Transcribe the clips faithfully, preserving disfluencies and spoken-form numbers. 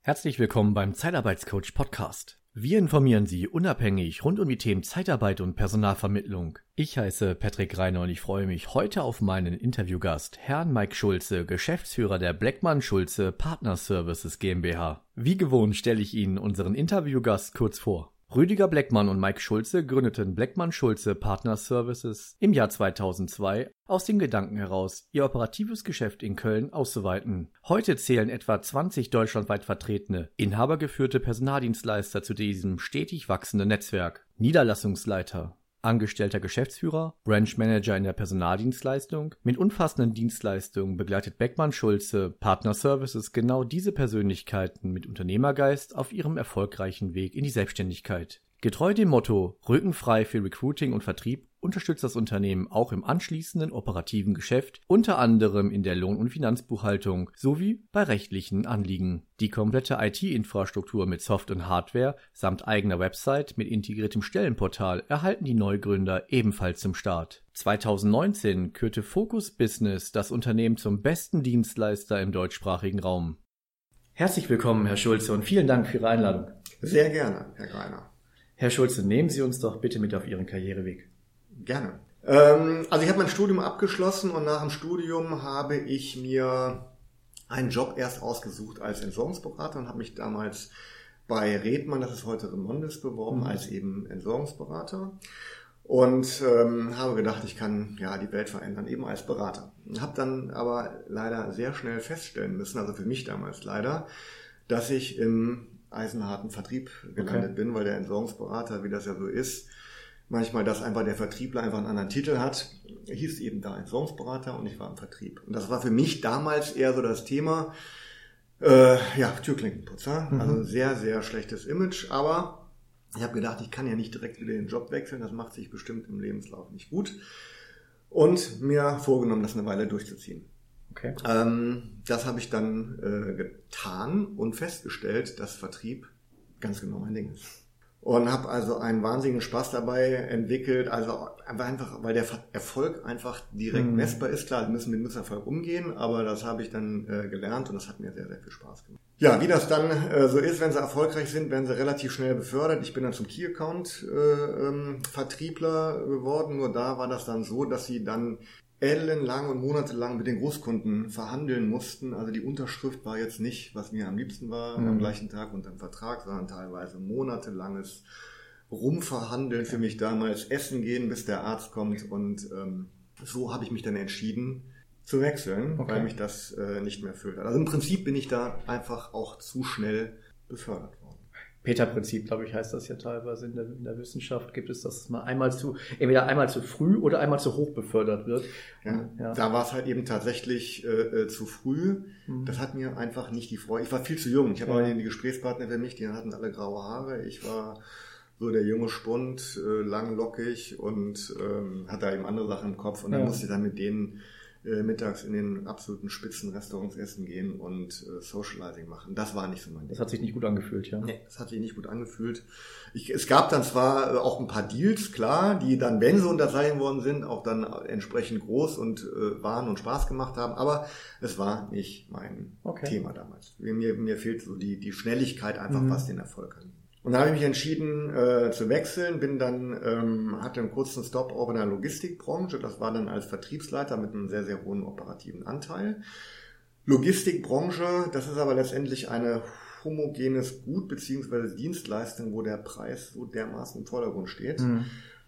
Herzlich willkommen beim Zeitarbeitscoach Podcast. Wir informieren Sie unabhängig rund um die Themen Zeitarbeit und Personalvermittlung. Ich heiße Patrick Reiner und ich freue mich heute auf meinen Interviewgast, Herrn Mike Schulze, Geschäftsführer der Bleckmann Schulze Partner Services GmbH. Wie gewohnt stelle ich Ihnen unseren Interviewgast kurz vor. Rüdiger Bleckmann und Mike Schulze gründeten Bleckmann Schulze Partner Services im Jahr zweitausendzwei aus dem Gedanken heraus, ihr operatives Geschäft in Köln auszuweiten. Heute zählen etwa zwanzig deutschlandweit vertretene, inhabergeführte Personaldienstleister zu diesem stetig wachsenden Netzwerk. Niederlassungsleiter, angestellter Geschäftsführer, Branchmanager in der Personaldienstleistung. Mit umfassenden Dienstleistungen begleitet Bleckmann Schulze Partner Services genau diese Persönlichkeiten mit Unternehmergeist auf ihrem erfolgreichen Weg in die Selbstständigkeit. Getreu dem Motto Rückenfrei für Recruiting und Vertrieb unterstützt das Unternehmen auch im anschließenden operativen Geschäft, unter anderem in der Lohn- und Finanzbuchhaltung sowie bei rechtlichen Anliegen. Die komplette I T-Infrastruktur mit Soft- und Hardware samt eigener Website mit integriertem Stellenportal erhalten die Neugründer ebenfalls zum Start. zweitausendneunzehn kürte Focus Business das Unternehmen zum besten Dienstleister im deutschsprachigen Raum. Herzlich willkommen, Herr Schulze, und vielen Dank für Ihre Einladung. Sehr gerne, Herr Greiner. Herr Schulze, nehmen Sie uns doch bitte mit auf Ihren Karriereweg. Gerne. Ähm, also ich habe mein Studium abgeschlossen und nach dem Studium habe ich mir einen Job erst ausgesucht als Entsorgungsberater und habe mich damals bei Redmann, das ist heute Remondes, beworben, mhm. als eben Entsorgungsberater und ähm, habe gedacht, ich kann ja die Welt verändern, eben als Berater. Habe dann aber leider sehr schnell feststellen müssen, also für mich damals leider, dass ich im eisenharten Vertrieb gelandet okay. bin, weil der Entsorgungsberater, wie das ja so ist, manchmal, dass einfach der Vertriebler einfach einen anderen Titel hat, hieß eben da Entsorgungsberater und ich war im Vertrieb. Und das war für mich damals eher so das Thema, äh, ja, Türklinkenputzer, mhm. also sehr, sehr schlechtes Image, aber ich habe gedacht, ich kann ja nicht direkt wieder den Job wechseln, das macht sich bestimmt im Lebenslauf nicht gut und mir vorgenommen, das eine Weile durchzuziehen. Okay. Ähm, das habe ich dann äh, getan und festgestellt, dass Vertrieb ganz genau mein Ding ist. Und habe also einen wahnsinnigen Spaß dabei entwickelt, also einfach, weil der Erfolg einfach direkt mhm. messbar ist. Klar, wir müssen mit Misserfolg umgehen, aber das habe ich dann äh, gelernt und das hat mir sehr, sehr viel Spaß gemacht. Ja, wie das dann äh, so ist, wenn sie erfolgreich sind, werden sie relativ schnell befördert. Ich bin dann zum Key-Account-Vertriebler äh, ähm, geworden, nur da war das dann so, dass sie dann ellenlang und monatelang mit den Großkunden verhandeln mussten. Also die Unterschrift war jetzt nicht, was mir am liebsten war, mhm. am gleichen Tag unter dem Vertrag, sondern teilweise monatelanges Rumverhandeln für mich damals, essen gehen, bis der Arzt kommt. Und ähm, so habe ich mich dann entschieden zu wechseln, okay. weil mich das äh, nicht mehr füllt. Also im Prinzip bin ich da einfach auch zu schnell befördert worden. Peter-Prinzip, glaube ich, heißt das ja teilweise in der, in der Wissenschaft. Gibt es, dass man einmal zu, entweder einmal zu früh oder einmal zu hoch befördert wird. Ja, ja. Da war es halt eben tatsächlich äh, zu früh. Mhm. Das hat mir einfach nicht die Freude. Ich war viel zu jung. Ich habe ja. auch die Gesprächspartner für mich, die hatten alle graue Haare. Ich war so der junge Spund, äh, langlockig und ähm, hatte da eben andere Sachen im Kopf. Und dann ja. musste ich dann mit denen äh, mittags in den absoluten Spitzenrestaurants essen gehen und äh, Socializing machen. Das war nicht so mein Ding. Das hat sich nicht gut angefühlt, ja? Nee, das hat sich nicht gut angefühlt. Ich, es gab dann zwar äh, auch ein paar Deals, klar, die dann, wenn sie unterzeichnet worden sind, auch dann entsprechend groß und äh, waren und Spaß gemacht haben, aber es war nicht mein okay. Thema damals. Mir, mir fehlt so die, die Schnelligkeit einfach, mhm. was den Erfolg angeht. Und dann habe ich mich entschieden äh, zu wechseln, bin dann, ähm, hatte einen kurzen Stop auch in der Logistikbranche, das war dann als Vertriebsleiter mit einem sehr, sehr hohen operativen Anteil. Logistikbranche, das ist aber letztendlich eine homogenes Gut bzw. Dienstleistung, wo der Preis so dermaßen im Vordergrund steht. Mhm.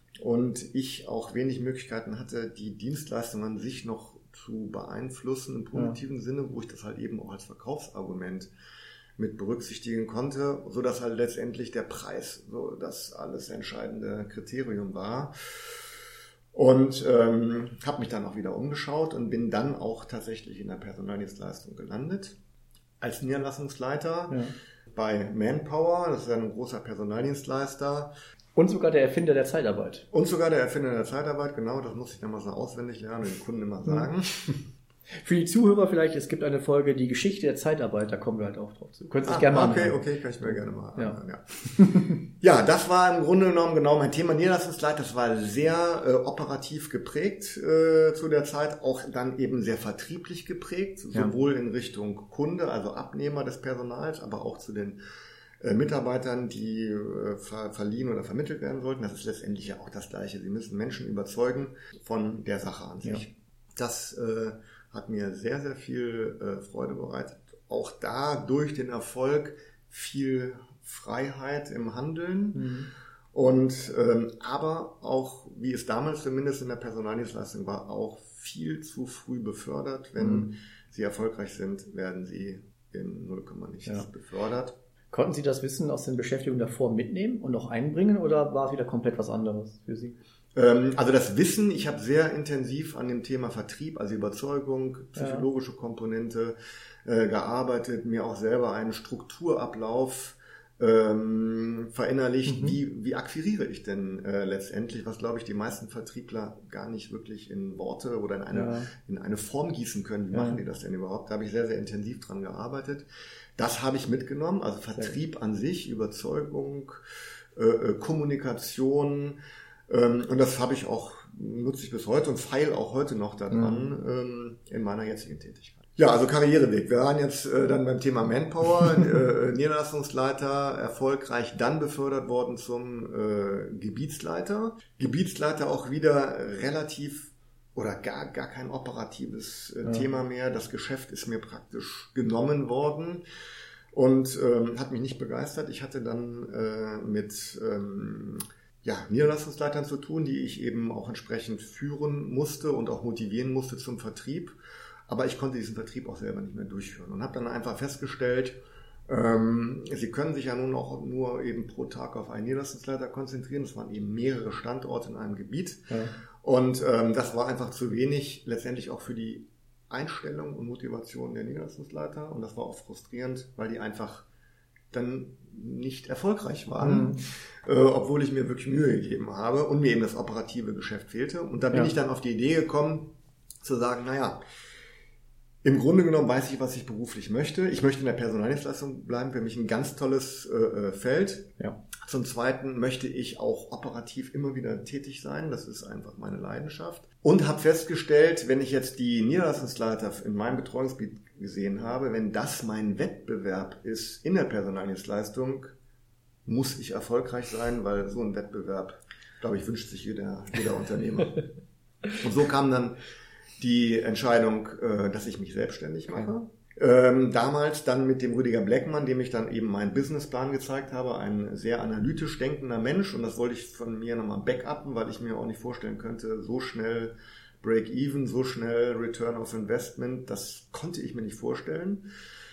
Und ich auch wenig Möglichkeiten hatte, die Dienstleistung an sich noch zu beeinflussen im positiven ja. Sinne, wo ich das halt eben auch als Verkaufsargument mit berücksichtigen konnte, so dass halt letztendlich der Preis so das alles entscheidende Kriterium war. Und ähm, habe mich dann auch wieder umgeschaut und bin dann auch tatsächlich in der Personaldienstleistung gelandet als Niederlassungsleiter ja. bei Manpower. Das ist ein großer Personaldienstleister. Und sogar der Erfinder der Zeitarbeit. Und sogar der Erfinder der Zeitarbeit, genau. Das muss ich dann mal so auswendig lernen und den Kunden immer sagen. Für die Zuhörer vielleicht, es gibt eine Folge, die Geschichte der Zeitarbeit, da kommen wir halt auch drauf zu. Könntest du ah, gerne mal Okay, anhören. okay, kann ich mir gerne mal ja. anhören, ja. Ja, das war im Grunde genommen genau mein Thema Niederlassungsleiter. Das war sehr äh, operativ geprägt äh, zu der Zeit, auch dann eben sehr vertrieblich geprägt, ja. sowohl in Richtung Kunde, also Abnehmer des Personals, aber auch zu den äh, Mitarbeitern, die äh, ver- verliehen oder vermittelt werden sollten. Das ist letztendlich ja auch das Gleiche. Sie müssen Menschen überzeugen von der Sache an sich. Ja. Das äh, hat mir sehr, sehr viel äh, Freude bereitet. Auch da durch den Erfolg viel Freiheit im Handeln. Mhm. Und ähm, aber auch, wie es damals zumindest in der Personaldienstleistung war, auch viel zu früh befördert. Wenn Mhm. sie erfolgreich sind, werden sie in null Komma nichts Ja. befördert. Konnten Sie das Wissen aus den Beschäftigungen davor mitnehmen und auch einbringen oder war es wieder komplett was anderes für Sie? Ähm, also das Wissen, ich habe sehr intensiv an dem Thema Vertrieb, also Überzeugung, psychologische Ja. Komponente äh, gearbeitet, mir auch selber einen Strukturablauf ähm, verinnerlicht, Mhm. wie, wie akquiriere ich denn äh, letztendlich, was glaube ich die meisten Vertriebler gar nicht wirklich in Worte oder in eine, Ja. in eine Form gießen können. Wie Ja. machen die das denn überhaupt? Da habe ich sehr, sehr intensiv dran gearbeitet. Das habe ich mitgenommen, also Vertrieb an sich, Überzeugung, äh, äh, Kommunikation, ähm, und das habe ich auch, nutze ich bis heute und feile auch heute noch daran Mhm. ähm, in meiner jetzigen Tätigkeit. Ja, also Karriereweg. Wir waren jetzt äh, dann beim Thema Manpower, äh, Niederlassungsleiter, erfolgreich dann befördert worden zum äh, Gebietsleiter. Gebietsleiter auch wieder relativ oder gar, gar kein operatives äh, Ja. Thema mehr. Das Geschäft ist mir praktisch genommen worden und ähm, hat mich nicht begeistert. Ich hatte dann äh, mit ähm, ja, Niederlassungsleitern zu tun, die ich eben auch entsprechend führen musste und auch motivieren musste zum Vertrieb. Aber ich konnte diesen Vertrieb auch selber nicht mehr durchführen und habe dann einfach festgestellt, ähm, sie können sich ja nun auch nur eben pro Tag auf einen Niederlassungsleiter konzentrieren. Das waren eben mehrere Standorte in einem Gebiet. Ja. Und ähm, das war einfach zu wenig, letztendlich auch für die Einstellung und Motivation der Niederlassungsleiter. Und das war auch frustrierend, weil die einfach dann nicht erfolgreich waren, Mhm. äh, obwohl ich mir wirklich Mühe gegeben habe und mir eben das operative Geschäft fehlte. Und da bin Ja. ich dann auf die Idee gekommen, zu sagen, naja, im Grunde genommen weiß ich, was ich beruflich möchte. Ich möchte in der Personaldienstleistung bleiben, für mich ein ganz tolles äh, Feld. Ja. Zum Zweiten möchte ich auch operativ immer wieder tätig sein. Das ist einfach meine Leidenschaft. Und habe festgestellt, wenn ich jetzt die Niederlassungsleiter in meinem Betreuungsgebiet gesehen habe, wenn das mein Wettbewerb ist in der Personaldienstleistung, muss ich erfolgreich sein, weil so ein Wettbewerb, glaube ich, wünscht sich jeder, jeder Unternehmer. Und so kam dann die Entscheidung, dass ich mich selbstständig mache. Ähm, damals dann mit dem Rüdiger Bleckmann, dem ich dann eben meinen Businessplan gezeigt habe, ein sehr analytisch denkender Mensch, und das wollte ich von mir nochmal backuppen, weil ich mir auch nicht vorstellen könnte, so schnell Break-Even, so schnell Return of Investment, das konnte ich mir nicht vorstellen.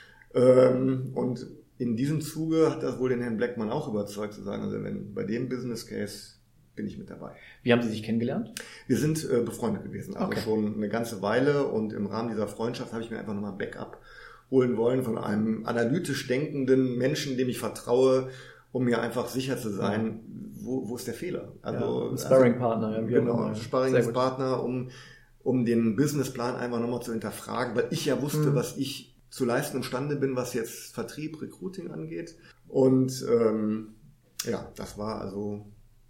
Ähm, und in diesem Zuge hat das wohl den Herrn Bleckmann auch überzeugt, zu sagen, also wenn bei dem Business Case bin ich mit dabei. Wie haben Sie sich kennengelernt? Wir sind äh, befreundet gewesen, also Okay. schon eine ganze Weile, und im Rahmen dieser Freundschaft habe ich mir einfach nochmal ein Backup holen wollen von einem analytisch denkenden Menschen, dem ich vertraue, um mir einfach sicher zu sein, wo, wo ist der Fehler. Also, Ja, ein Sparringpartner, ja, wie auch genau, immer. ein Sehr gut. Sparringspartner, um, um den Businessplan einfach nochmal zu hinterfragen, weil ich ja wusste, Mhm. was ich zu leisten imstande bin, was jetzt Vertrieb, Recruiting angeht. Und ähm, ja, das war also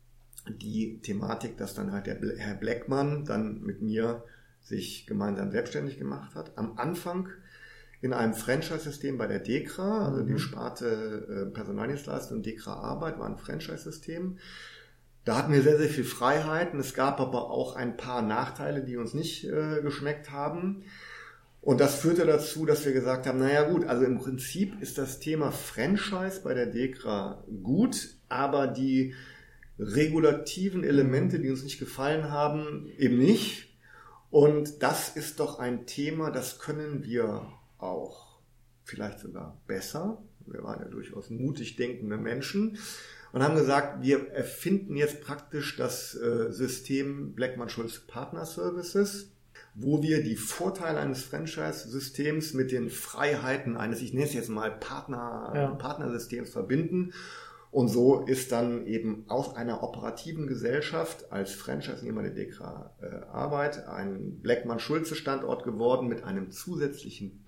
die Thematik, dass dann halt der Herr Bleckmann dann mit mir sich gemeinsam selbstständig gemacht hat. Am Anfang in einem Franchise-System bei der DEKRA, also Mhm. die Sparte äh, Personaldienstleistung und DEKRA Arbeit war ein Franchise-System. Da hatten wir sehr, sehr viel Freiheiten. Es gab aber auch ein paar Nachteile, die uns nicht äh, geschmeckt haben. Und das führte dazu, dass wir gesagt haben, naja gut, also im Prinzip ist das Thema Franchise bei der DEKRA gut, aber die regulativen Elemente, die uns nicht gefallen haben, eben nicht. Und das ist doch ein Thema, das können wir auch vielleicht sogar besser. Wir waren ja durchaus mutig denkende Menschen und haben gesagt, wir erfinden jetzt praktisch das äh, System Bleckmann-Schulz Partner Services, wo wir die Vorteile eines Franchise-Systems mit den Freiheiten eines, ich nenne es jetzt mal Partner, Ja. Partnersystems verbinden Und so ist dann eben aus einer operativen Gesellschaft als Franchise-Nehmer der Dekra äh, Arbeit ein Bleckmann-Schulze-Standort geworden mit einem zusätzlichen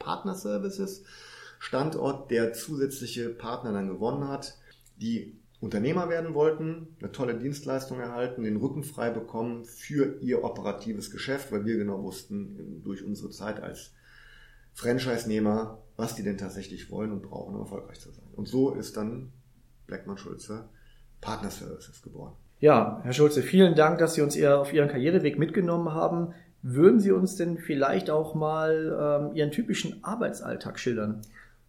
Partner-Services-Standort, der zusätzliche Partner dann gewonnen hat, die Unternehmer werden wollten, eine tolle Dienstleistung erhalten, den Rücken frei bekommen für ihr operatives Geschäft, weil wir genau wussten durch unsere Zeit als Franchise-Nehmer, was die denn tatsächlich wollen und brauchen, um erfolgreich zu sein. Und so ist dann Bleckmann Schulze Partner Services geboren. Ja, Herr Schulze, vielen Dank, dass Sie uns auf Ihren Karriereweg mitgenommen haben. Würden Sie uns denn vielleicht auch mal ähm, Ihren typischen Arbeitsalltag schildern?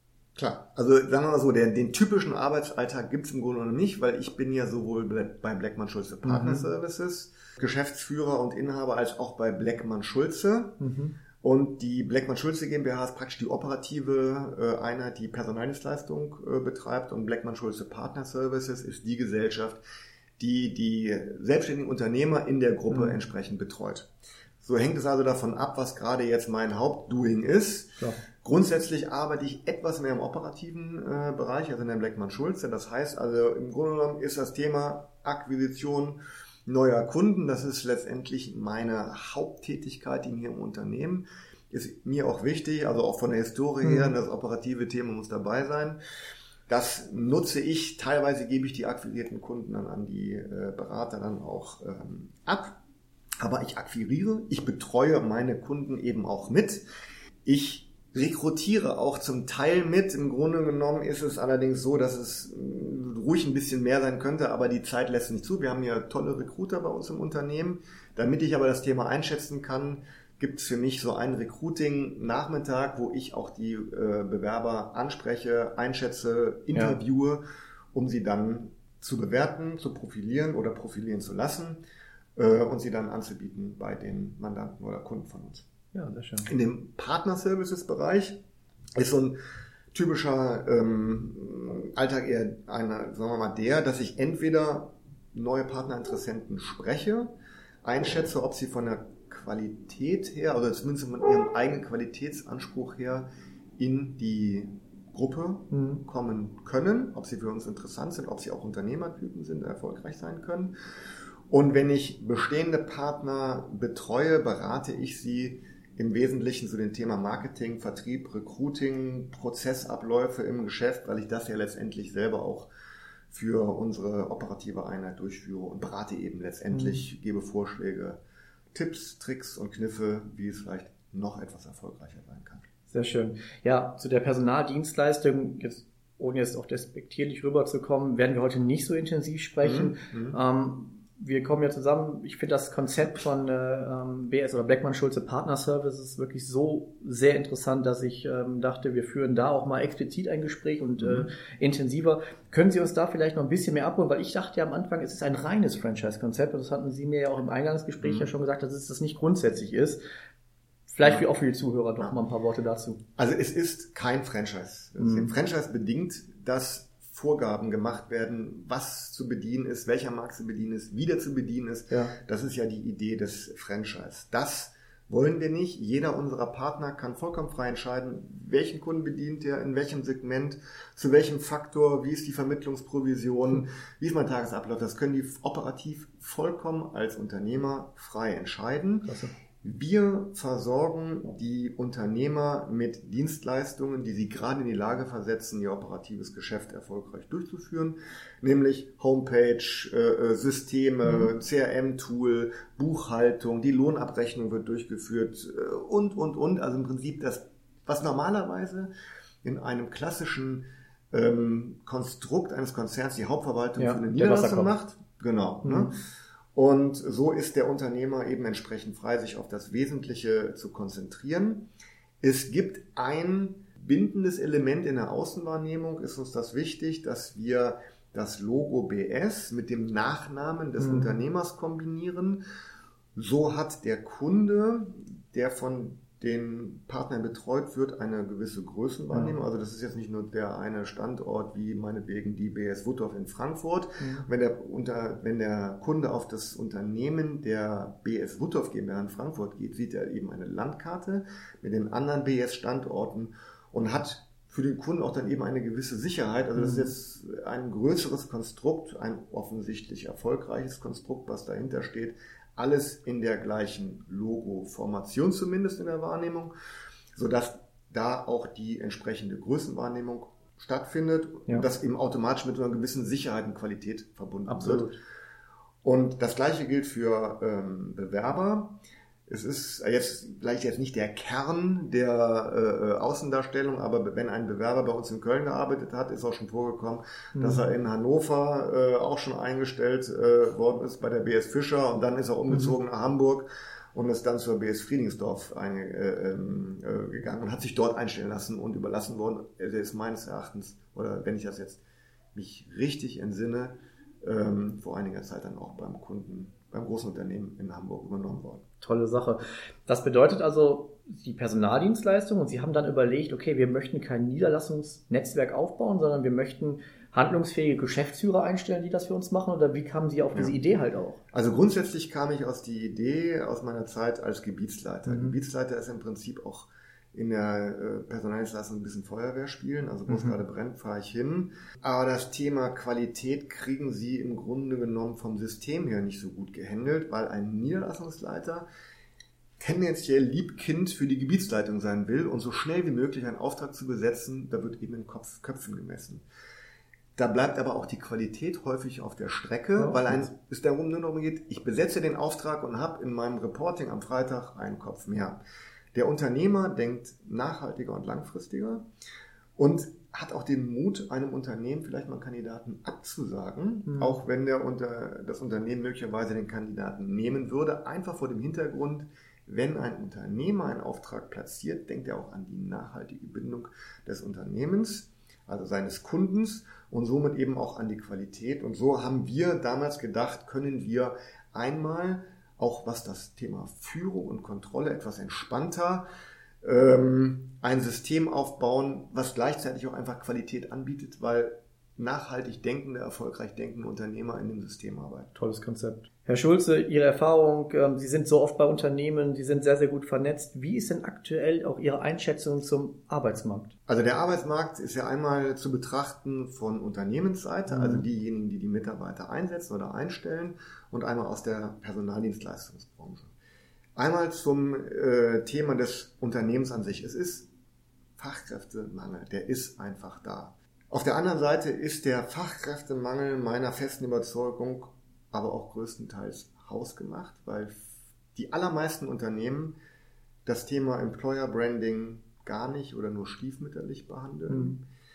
Klar, also sagen wir mal so, den, den typischen Arbeitsalltag gibt es im Grunde noch nicht, weil ich bin ja sowohl bei Bleckmann Schulze Partner Services, mhm. Geschäftsführer und Inhaber, als auch bei Bleckmann Schulze. Mhm. Und die Bleckmann Schulze GmbH ist praktisch die operative äh, Einheit, die Personaldienstleistung äh, betreibt, und Bleckmann Schulze Partner Services ist die Gesellschaft, die die selbstständigen Unternehmer in der Gruppe mhm. entsprechend betreut. So hängt es also davon ab, was gerade jetzt mein Hauptdoing ist. Ja. Grundsätzlich arbeite ich etwas mehr im operativen äh, Bereich, also in der Bleckmann Schulze. Das heißt also, im Grunde genommen ist das Thema Akquisition neuer Kunden, das ist letztendlich meine Haupttätigkeit in hier im Unternehmen. Ist mir auch wichtig, also auch von der Historie her, das operative Thema muss dabei sein. Das nutze ich, teilweise gebe ich die akquirierten Kunden dann an die äh, Berater dann auch ähm, ab. Aber ich akquiriere, ich betreue meine Kunden eben auch mit. Ich rekrutiere auch zum Teil mit. Im Grunde genommen ist es allerdings so, dass es ruhig ein bisschen mehr sein könnte, aber die Zeit lässt nicht zu. Wir haben ja tolle Recruiter bei uns im Unternehmen. Damit ich aber das Thema einschätzen kann, gibt es für mich so einen Recruiting-Nachmittag, wo ich auch die äh, Bewerber anspreche, einschätze, interviewe, ja. um sie dann zu bewerten, zu profilieren oder profilieren zu lassen äh, und sie dann anzubieten bei den Mandanten oder Kunden von uns. Ja, sehr schön. In dem Partner-Services-Bereich ist so ein typischer ähm, Alltag eher einer, sagen wir mal, der, dass ich entweder neue Partnerinteressenten spreche, einschätze, ob sie von der Qualität her, oder zumindest von ihrem eigenen Qualitätsanspruch her in die Gruppe mhm. kommen können, ob sie für uns interessant sind, ob sie auch Unternehmertypen sind, erfolgreich sein können. Und wenn ich bestehende Partner betreue, berate ich sie im Wesentlichen zu dem Thema Marketing, Vertrieb, Recruiting, Prozessabläufe im Geschäft, weil ich das ja letztendlich selber auch für unsere operative Einheit durchführe und berate eben letztendlich, mhm. gebe Vorschläge, Tipps, Tricks und Kniffe, wie es vielleicht noch etwas erfolgreicher sein kann. Sehr schön. Ja, zu der Personaldienstleistung, jetzt ohne jetzt auch despektierlich rüberzukommen, werden wir heute nicht so intensiv sprechen. Mhm. Ähm, Wir kommen ja zusammen. Ich finde das Konzept von äh, B S oder Bleckmann Schulze Partner Services wirklich so sehr interessant, dass ich ähm, dachte, wir führen da auch mal explizit ein Gespräch und mhm. äh, intensiver. Können Sie uns da vielleicht noch ein bisschen mehr abholen? Weil ich dachte ja am Anfang, es ist ein reines Franchise-Konzept, und das hatten Sie mir ja auch im Eingangsgespräch mhm. ja schon gesagt, dass es das nicht grundsätzlich ist. Vielleicht für auch für die Zuhörer doch ja. mal ein paar Worte dazu. Also es ist kein Franchise. Mhm. Im Franchise bedingt, dass Vorgaben gemacht werden, was zu bedienen ist, welcher Markt zu bedienen ist, wie der zu bedienen ist. Ja. Das ist ja die Idee des Franchise. Das wollen wir nicht. Jeder unserer Partner kann vollkommen frei entscheiden, welchen Kunden bedient er, in welchem Segment, zu welchem Faktor, wie ist die Vermittlungsprovision, mhm. wie ist mein Tagesablauf. Das können die operativ vollkommen als Unternehmer frei entscheiden. Klasse. Wir versorgen die Unternehmer mit Dienstleistungen, die sie gerade in die Lage versetzen, ihr operatives Geschäft erfolgreich durchzuführen, nämlich Homepage, äh, Systeme, mhm. C R M-Tool, Buchhaltung, die Lohnabrechnung wird durchgeführt äh, und, und, und. Also im Prinzip das, was normalerweise in einem klassischen ähm, Konstrukt eines Konzerns die Hauptverwaltung ja, für eine Niederlassung macht. Genau. Mhm. Ne? Und so ist der Unternehmer eben entsprechend frei, sich auf das Wesentliche zu konzentrieren. Es gibt ein bindendes Element in der Außenwahrnehmung, ist uns das wichtig, dass wir das Logo B S mit dem Nachnamen des mhm. Unternehmers kombinieren. So hat der Kunde, der von den Partnern betreut wird, eine gewisse Größenwahrnehmung. Ja. Also das ist jetzt nicht nur der eine Standort wie meinetwegen die B S Wuttorf in Frankfurt. Mhm. Wenn der, unter, wenn der Kunde auf das Unternehmen der B S Wuttorf GmbH in Frankfurt geht, sieht er eben eine Landkarte mit den anderen B S-Standorten und hat für den Kunden auch dann eben eine gewisse Sicherheit. Also das ist jetzt ein größeres Konstrukt, ein offensichtlich erfolgreiches Konstrukt, was dahinter steht. Alles in der gleichen Logo-Formation zumindest in der Wahrnehmung, sodass da auch die entsprechende Größenwahrnehmung stattfindet ja. und das eben automatisch mit einer gewissen Sicherheit und Qualität verbunden Absolut. wird. Und das Gleiche gilt für ähm, Bewerber. Es ist jetzt vielleicht jetzt nicht der Kern der äh, Außendarstellung, aber wenn ein Bewerber bei uns in Köln gearbeitet hat, ist auch schon vorgekommen, mhm. dass er in Hannover äh, auch schon eingestellt äh, worden ist bei der B S Fischer und dann ist er umgezogen mhm. nach Hamburg und ist dann zur B S Friedrichsdorf einge, äh, äh, gegangen und hat sich dort einstellen lassen und überlassen worden. Er ist meines Erachtens, oder wenn ich das jetzt mich richtig entsinne, ähm, vor einiger Zeit dann auch beim Kunden, beim großen Unternehmen in Hamburg übernommen worden. Tolle Sache. Das bedeutet also die Personaldienstleistung und Sie haben dann überlegt, okay, wir möchten kein Niederlassungsnetzwerk aufbauen, sondern wir möchten handlungsfähige Geschäftsführer einstellen, die das für uns machen, oder wie kamen Sie auf diese ja. Idee halt auch? Also grundsätzlich kam ich aus die Idee aus meiner Zeit als Gebietsleiter. Mhm. Gebietsleiter ist im Prinzip auch in der äh, Personaldienstleistung ein bisschen Feuerwehr spielen, also wo es mhm. gerade brennt, fahre ich hin. Aber das Thema Qualität kriegen Sie im Grunde genommen vom System her nicht so gut gehandelt, weil ein Niederlassungsleiter tendenziell Liebkind für die Gebietsleitung sein will und so schnell wie möglich einen Auftrag zu besetzen, da wird eben in Kopf, Köpfen gemessen. Da bleibt aber auch die Qualität häufig auf der Strecke, ja, weil ein, es darum nur darum geht, ich besetze den Auftrag und habe in meinem Reporting am Freitag einen Kopf mehr. Der Unternehmer denkt nachhaltiger und langfristiger und hat auch den Mut, einem Unternehmen vielleicht mal einen Kandidaten abzusagen, mhm. auch wenn der unter, das Unternehmen möglicherweise den Kandidaten nehmen würde, einfach vor dem Hintergrund, wenn ein Unternehmer einen Auftrag platziert, denkt er auch an die nachhaltige Bindung des Unternehmens, also seines Kundens und somit eben auch an die Qualität. Und so haben wir damals gedacht, können wir einmal auch was das Thema Führung und Kontrolle etwas entspannter, ähm, ein System aufbauen, was gleichzeitig auch einfach Qualität anbietet, weil nachhaltig denkende, erfolgreich denkende Unternehmer in dem System arbeiten. Tolles Konzept. Herr Schulze, Ihre Erfahrung, ähm, Sie sind so oft bei Unternehmen, Sie sind sehr, sehr gut vernetzt. Wie ist denn aktuell auch Ihre Einschätzung zum Arbeitsmarkt? Also der Arbeitsmarkt ist ja einmal zu betrachten von Unternehmensseite, mhm. also diejenigen, die die Mitarbeiter einsetzen oder einstellen, und einmal aus der Personaldienstleistungsbranche. Einmal zum äh, Thema des Unternehmens an sich. Es ist Fachkräftemangel, der ist einfach da. Auf der anderen Seite ist der Fachkräftemangel meiner festen Überzeugung aber auch größtenteils hausgemacht, weil die allermeisten Unternehmen das Thema Employer Branding gar nicht oder nur stiefmütterlich behandeln. Mhm.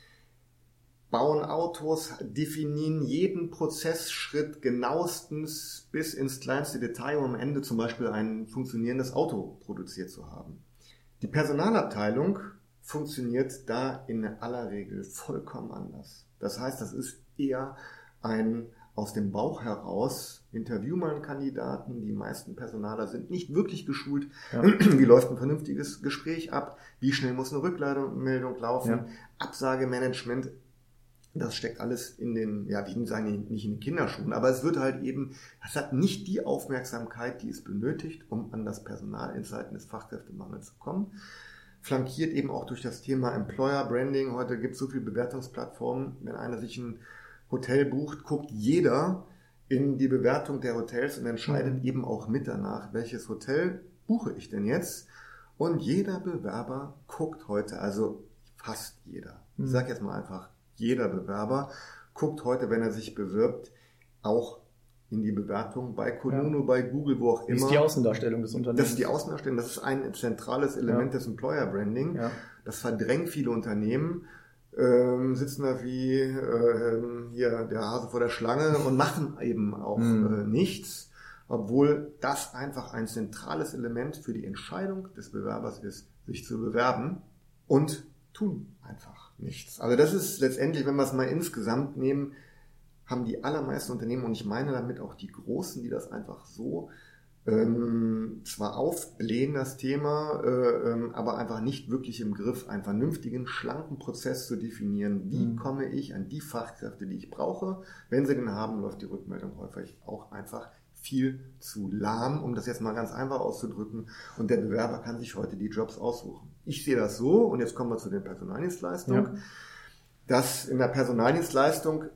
Bauen Autos, definieren jeden Prozessschritt genauestens bis ins kleinste Detail, um am Ende zum Beispiel ein funktionierendes Auto produziert zu haben. Die Personalabteilung funktioniert da in aller Regel vollkommen anders. Das heißt, das ist eher ein aus dem Bauch heraus, interview mal einen Kandidaten, die meisten Personaler sind nicht wirklich geschult, ja. Wie läuft ein vernünftiges Gespräch ab, wie schnell muss eine Rückmeldung laufen, ja. Absagemanagement, das steckt alles in den, ja, ich will sagen, nicht in den Kinderschuhen, aber es wird halt eben, es hat nicht die Aufmerksamkeit, die es benötigt, um an das Personal in Zeiten des Fachkräftemangels zu kommen. Flankiert eben auch durch das Thema Employer Branding. Heute gibt es so viele Bewertungsplattformen, wenn einer sich ein Hotel bucht, guckt jeder in die Bewertung der Hotels und entscheidet mhm. eben auch mit danach, welches Hotel buche ich denn jetzt. Und jeder Bewerber guckt heute, also fast jeder, mhm. ich sage jetzt mal einfach, jeder Bewerber guckt heute, wenn er sich bewirbt, auch in die Bewertung bei Kununu, ja. bei Google, wo auch immer. Das ist die Außendarstellung des Unternehmens. Das ist die Außendarstellung, das ist ein zentrales Element ja. des Employer Branding. Ja. Das verdrängt viele Unternehmen. Ähm, sitzen da wie äh, hier der Hase vor der Schlange und machen eben auch mhm. äh, nichts, obwohl das einfach ein zentrales Element für die Entscheidung des Bewerbers ist, sich zu bewerben, und tun einfach nichts. Also das ist letztendlich, wenn wir es mal insgesamt nehmen, haben die allermeisten Unternehmen, und ich meine damit auch die Großen, die das einfach so Ähm, zwar aufblähen das Thema, äh, ähm, aber einfach nicht wirklich im Griff, einen vernünftigen, schlanken Prozess zu definieren. Wie mhm. komme ich an die Fachkräfte, die ich brauche? Wenn sie den haben, läuft die Rückmeldung häufig auch einfach viel zu lahm, um das jetzt mal ganz einfach auszudrücken. Und der Bewerber kann sich heute die Jobs aussuchen. ich sehe das so, und jetzt kommen wir zu der Personaldienstleistung, ja. dass in der Personaldienstleistung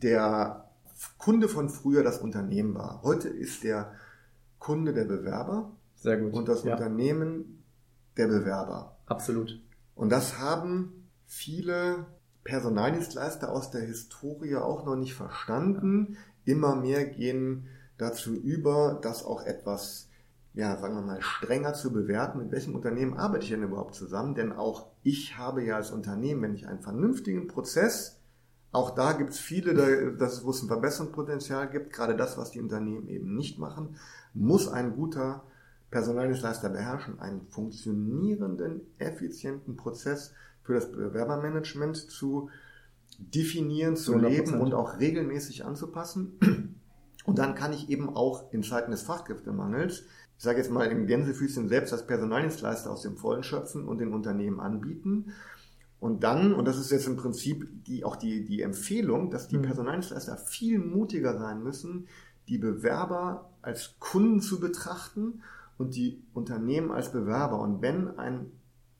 der Kunde von früher das Unternehmen war. Heute ist der Kunde der Bewerber. Sehr gut. Und das ja. Unternehmen der Bewerber. Absolut. Und das haben viele Personaldienstleister aus der Historie auch noch nicht verstanden. Immer mehr gehen dazu über, das auch etwas, ja, sagen wir mal, strenger zu bewerten. Mit welchem Unternehmen arbeite ich denn überhaupt zusammen? Denn auch ich habe ja als Unternehmen, wenn ich einen vernünftigen Prozess, auch da gibt es viele, dass wo es ein Verbesserungspotenzial gibt, gerade das, was die Unternehmen eben nicht machen, muss ein guter Personaldienstleister beherrschen, einen funktionierenden, effizienten Prozess für das Bewerbermanagement zu definieren, zu hundert Prozent leben und auch regelmäßig anzupassen. Und dann kann ich eben auch in Zeiten des Fachkräftemangels, ich sage jetzt mal im Gänsefüßchen selbst, als Personaldienstleister aus dem Vollen schöpfen und den Unternehmen anbieten. Und dann, und das ist jetzt im Prinzip die, auch die, die Empfehlung, dass die Personaldienstleister viel mutiger sein müssen, die Bewerber als Kunden zu betrachten und die Unternehmen als Bewerber. Und wenn ein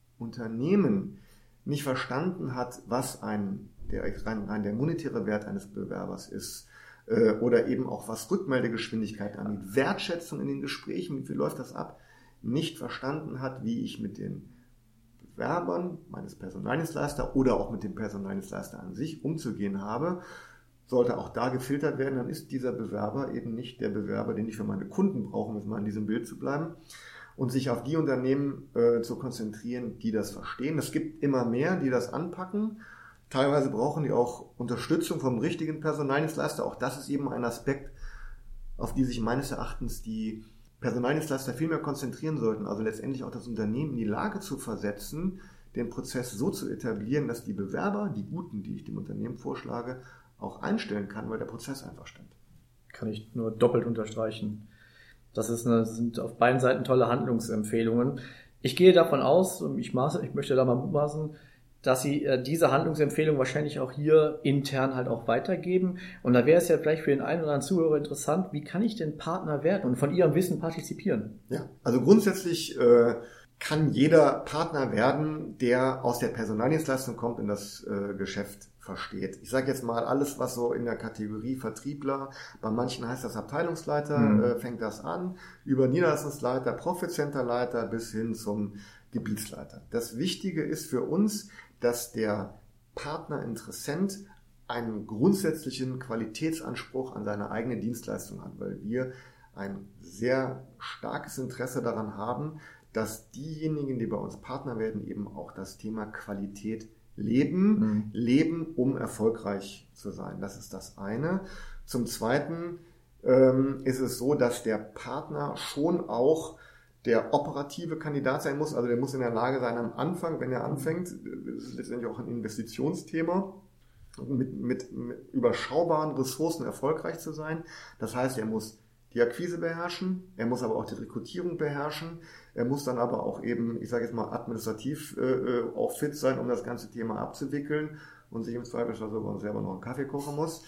Unternehmen nicht verstanden hat, was ein der, rein, rein der monetäre Wert eines Bewerbers ist, äh, oder eben auch was Rückmeldegeschwindigkeit angeht, Wertschätzung in den Gesprächen, wie viel läuft das ab, nicht verstanden hat, wie ich mit den Bewerbern meines Personaldienstleisters oder auch mit dem Personaldienstleister an sich umzugehen habe, sollte auch da gefiltert werden, dann ist dieser Bewerber eben nicht der Bewerber, den ich für meine Kunden brauche, um jetzt mal in diesem Bild zu bleiben, und sich auf die Unternehmen äh, zu konzentrieren, die das verstehen. Es gibt immer mehr, die das anpacken. Teilweise brauchen die auch Unterstützung vom richtigen Personaldienstleister. Auch das ist eben ein Aspekt, auf die sich meines Erachtens die Personaldienstleister viel mehr konzentrieren sollten. Also letztendlich auch das Unternehmen in die Lage zu versetzen, den Prozess so zu etablieren, dass die Bewerber, die Guten, die ich dem Unternehmen vorschlage, auch einstellen kann, weil der Prozess einfach stimmt. Kann ich nur doppelt unterstreichen. Das ist eine, sind auf beiden Seiten tolle Handlungsempfehlungen. Ich gehe davon aus, ich, maße, ich möchte da mal mutmaßen, dass Sie äh, diese Handlungsempfehlung wahrscheinlich auch hier intern halt auch weitergeben. Und da wäre es ja vielleicht für den einen oder anderen Zuhörer interessant, wie kann ich denn Partner werden und von Ihrem Wissen partizipieren? Ja, also grundsätzlich äh, kann jeder Partner werden, der aus der Personaldienstleistung kommt und das äh, Geschäft versteht. Ich sage jetzt mal alles, was so in der Kategorie Vertriebler, bei manchen heißt das Abteilungsleiter, mhm. äh, fängt das an, über Niederlassungsleiter, Profitcenterleiter bis hin zum Gebietsleiter. Das Wichtige ist für uns, dass der Partner-Interessent einen grundsätzlichen Qualitätsanspruch an seine eigene Dienstleistung hat, weil wir ein sehr starkes Interesse daran haben, dass diejenigen, die bei uns Partner werden, eben auch das Thema Qualität leben, mhm. leben, um erfolgreich zu sein. Das ist das eine. Zum Zweiten ähm, ist es so, dass der Partner schon auch der operative Kandidat sein muss, also der muss in der Lage sein, am Anfang, wenn er anfängt, das ist letztendlich auch ein Investitionsthema, mit, mit, mit überschaubaren Ressourcen erfolgreich zu sein. Das heißt, er muss die Akquise beherrschen, er muss aber auch die Rekrutierung beherrschen, er muss dann aber auch eben, ich sage jetzt mal, administrativ äh, auch fit sein, um das ganze Thema abzuwickeln und sich im Zweifelsfall sogar selber noch einen Kaffee kochen muss.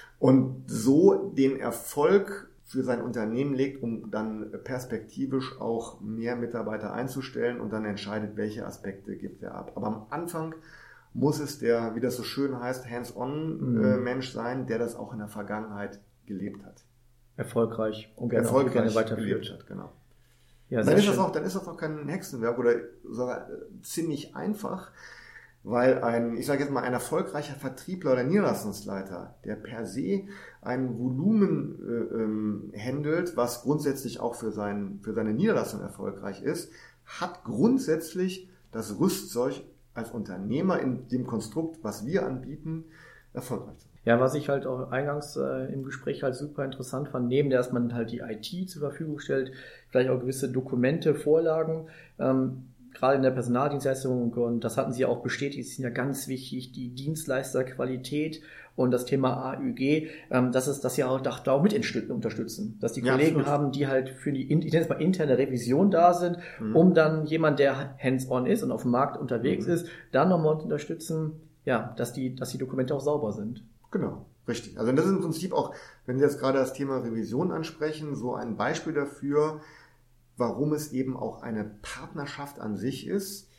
Und so den Erfolg für sein Unternehmen legt, um dann perspektivisch auch mehr Mitarbeiter einzustellen und dann entscheidet, welche Aspekte gibt er ab. Aber am Anfang muss es der, wie das so schön heißt, Hands-on-Mensch sein, der das auch in der Vergangenheit gelebt hat. Erfolgreich und gerne, Erfolgreich gerne weiterführt hat, genau. Ja, dann, ist das auch, dann ist das auch kein Hexenwerk oder sogar ziemlich einfach, weil ein, ich sage jetzt mal, ein erfolgreicher Vertriebler oder Niederlassungsleiter, der per se ein Volumen äh, ähm, handelt, was grundsätzlich auch für, sein, für seine Niederlassung erfolgreich ist, hat grundsätzlich das Rüstzeug als Unternehmer in dem Konstrukt, was wir anbieten, erfolgreich zu sein. Ja, was ich halt auch eingangs äh, im Gespräch halt super interessant fand, neben der, dass man halt die I T zur Verfügung stellt, vielleicht auch gewisse Dokumente, Vorlagen, ähm, gerade in der Personaldienstleistung, und das hatten Sie auch bestätigt, ist ja ganz wichtig, die Dienstleisterqualität und das Thema A Ü G, ähm, dass es das ja auch, da auch mit unterstützen, dass die ja, Kollegen absolut. haben, die halt für die, ich nenne es mal interne Revision da sind, mhm. um dann jemand, der hands-on ist und auf dem Markt unterwegs mhm. ist, dann nochmal unterstützen, ja, dass die, dass die Dokumente auch sauber sind. Genau, richtig. Also das ist im Prinzip auch, wenn Sie jetzt gerade das Thema Revision ansprechen, so ein Beispiel dafür, warum es eben auch eine Partnerschaft an sich ist.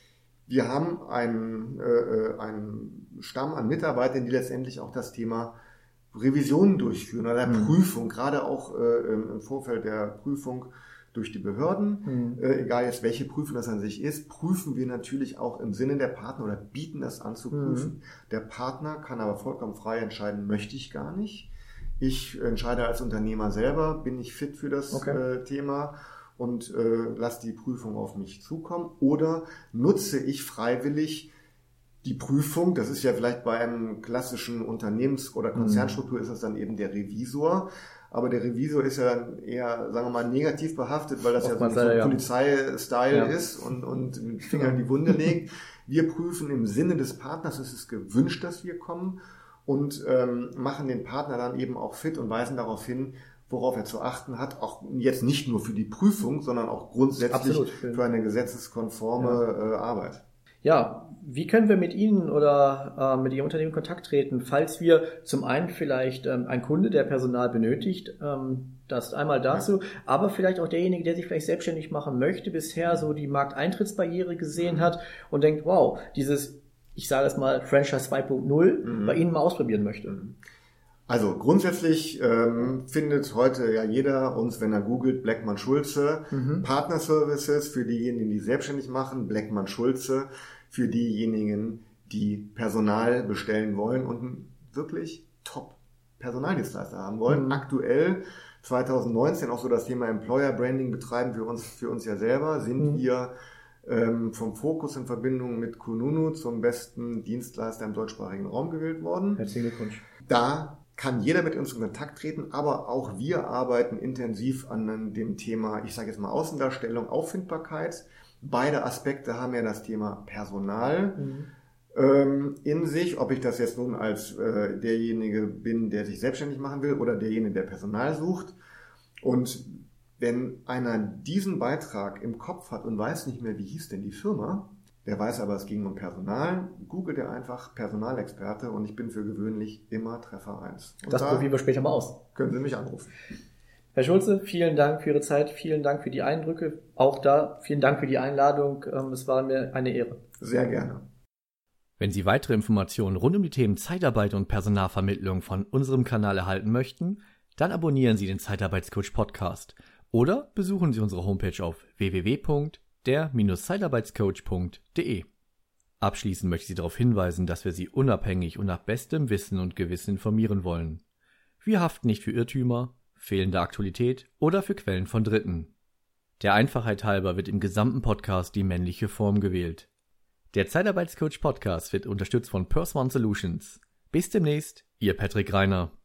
Wir haben einen, äh, einen Stamm an Mitarbeitern, die letztendlich auch das Thema Revisionen durchführen oder mhm. Prüfung, gerade auch äh, im Vorfeld der Prüfung durch die Behörden, mhm. äh, egal jetzt welche Prüfung das an sich ist, prüfen wir natürlich auch im Sinne der Partner oder bieten das an zu prüfen. Mhm. Der Partner kann aber vollkommen frei entscheiden, möchte ich gar nicht. Ich entscheide als Unternehmer selber, bin ich fit für das okay. äh, Thema und äh, lasse die Prüfung auf mich zukommen, oder nutze ich freiwillig die Prüfung. Das ist ja vielleicht bei einem klassischen Unternehmens- oder Konzernstruktur mhm. ist das dann eben der Revisor. Aber der Revisor ist ja dann eher, sagen wir mal, negativ behaftet, weil das Oft ja so ein ja. Polizei-Style ja. ist und, und mit Finger in die Wunde legt. Wir prüfen im Sinne des Partners, es ist gewünscht, dass wir kommen, und ähm, machen den Partner dann eben auch fit und weisen darauf hin, worauf er zu achten hat, auch jetzt nicht nur für die Prüfung, sondern auch grundsätzlich Absolut. für eine gesetzeskonforme ja. äh, Arbeit. Ja, wie können wir mit Ihnen oder äh, mit Ihrem Unternehmen in Kontakt treten, falls wir zum einen vielleicht ähm, ein Kunde, der Personal benötigt, ähm, das einmal dazu, ja. aber vielleicht auch derjenige, der sich vielleicht selbstständig machen möchte, bisher so die Markteintrittsbarriere gesehen hat und denkt, wow, dieses, ich sage es mal, Franchise zwei Punkt null mhm. bei Ihnen mal ausprobieren möchte. Also grundsätzlich ähm, findet heute ja jeder uns, wenn er googelt, Bleckmann Schulze, mhm. Partner Services für diejenigen, die selbstständig machen, Bleckmann Schulze für diejenigen, die Personal bestellen wollen und einen wirklich top Personaldienstleister haben wollen. Mhm. Aktuell zwanzig neunzehn auch so das Thema Employer Branding betreiben wir uns für uns ja selber, sind mhm. wir ähm, vom Fokus in Verbindung mit Kununu zum besten Dienstleister im deutschsprachigen Raum gewählt worden. Herzlichen Glückwunsch. Da kann jeder mit uns in Kontakt treten, aber auch wir arbeiten intensiv an dem Thema, ich sage jetzt mal Außendarstellung, Auffindbarkeit. Beide Aspekte haben ja das Thema Personal mhm. ähm, in sich, ob ich das jetzt nun als äh, derjenige bin, der sich selbstständig machen will, oder derjenige, der Personal sucht. Und wenn einer diesen Beitrag im Kopf hat und weiß nicht mehr, wie hieß denn die Firma, der weiß aber, es ging um Personal, googelt er einfach Personalexperte, und ich bin für gewöhnlich immer Treffer eins. Und das da probieren wir später mal aus. Können Sie mich anrufen. Herr Schulze, vielen Dank für Ihre Zeit, vielen Dank für die Eindrücke. Auch da, vielen Dank für die Einladung. Es war mir eine Ehre. Sehr gerne. Wenn Sie weitere Informationen rund um die Themen Zeitarbeit und Personalvermittlung von unserem Kanal erhalten möchten, dann abonnieren Sie den Zeitarbeitscoach Podcast oder besuchen Sie unsere Homepage auf w w w punkt der Bindestrich zeitarbeitscoach punkt de. Abschließend möchte ich Sie darauf hinweisen, dass wir Sie unabhängig und nach bestem Wissen und Gewissen informieren wollen. Wir haften nicht für Irrtümer, fehlende Aktualität oder für Quellen von Dritten. Der Einfachheit halber wird im gesamten Podcast die männliche Form gewählt. Der Zeitarbeitscoach Podcast wird unterstützt von Purse One Solutions. Bis demnächst, Ihr Patrick Reiner.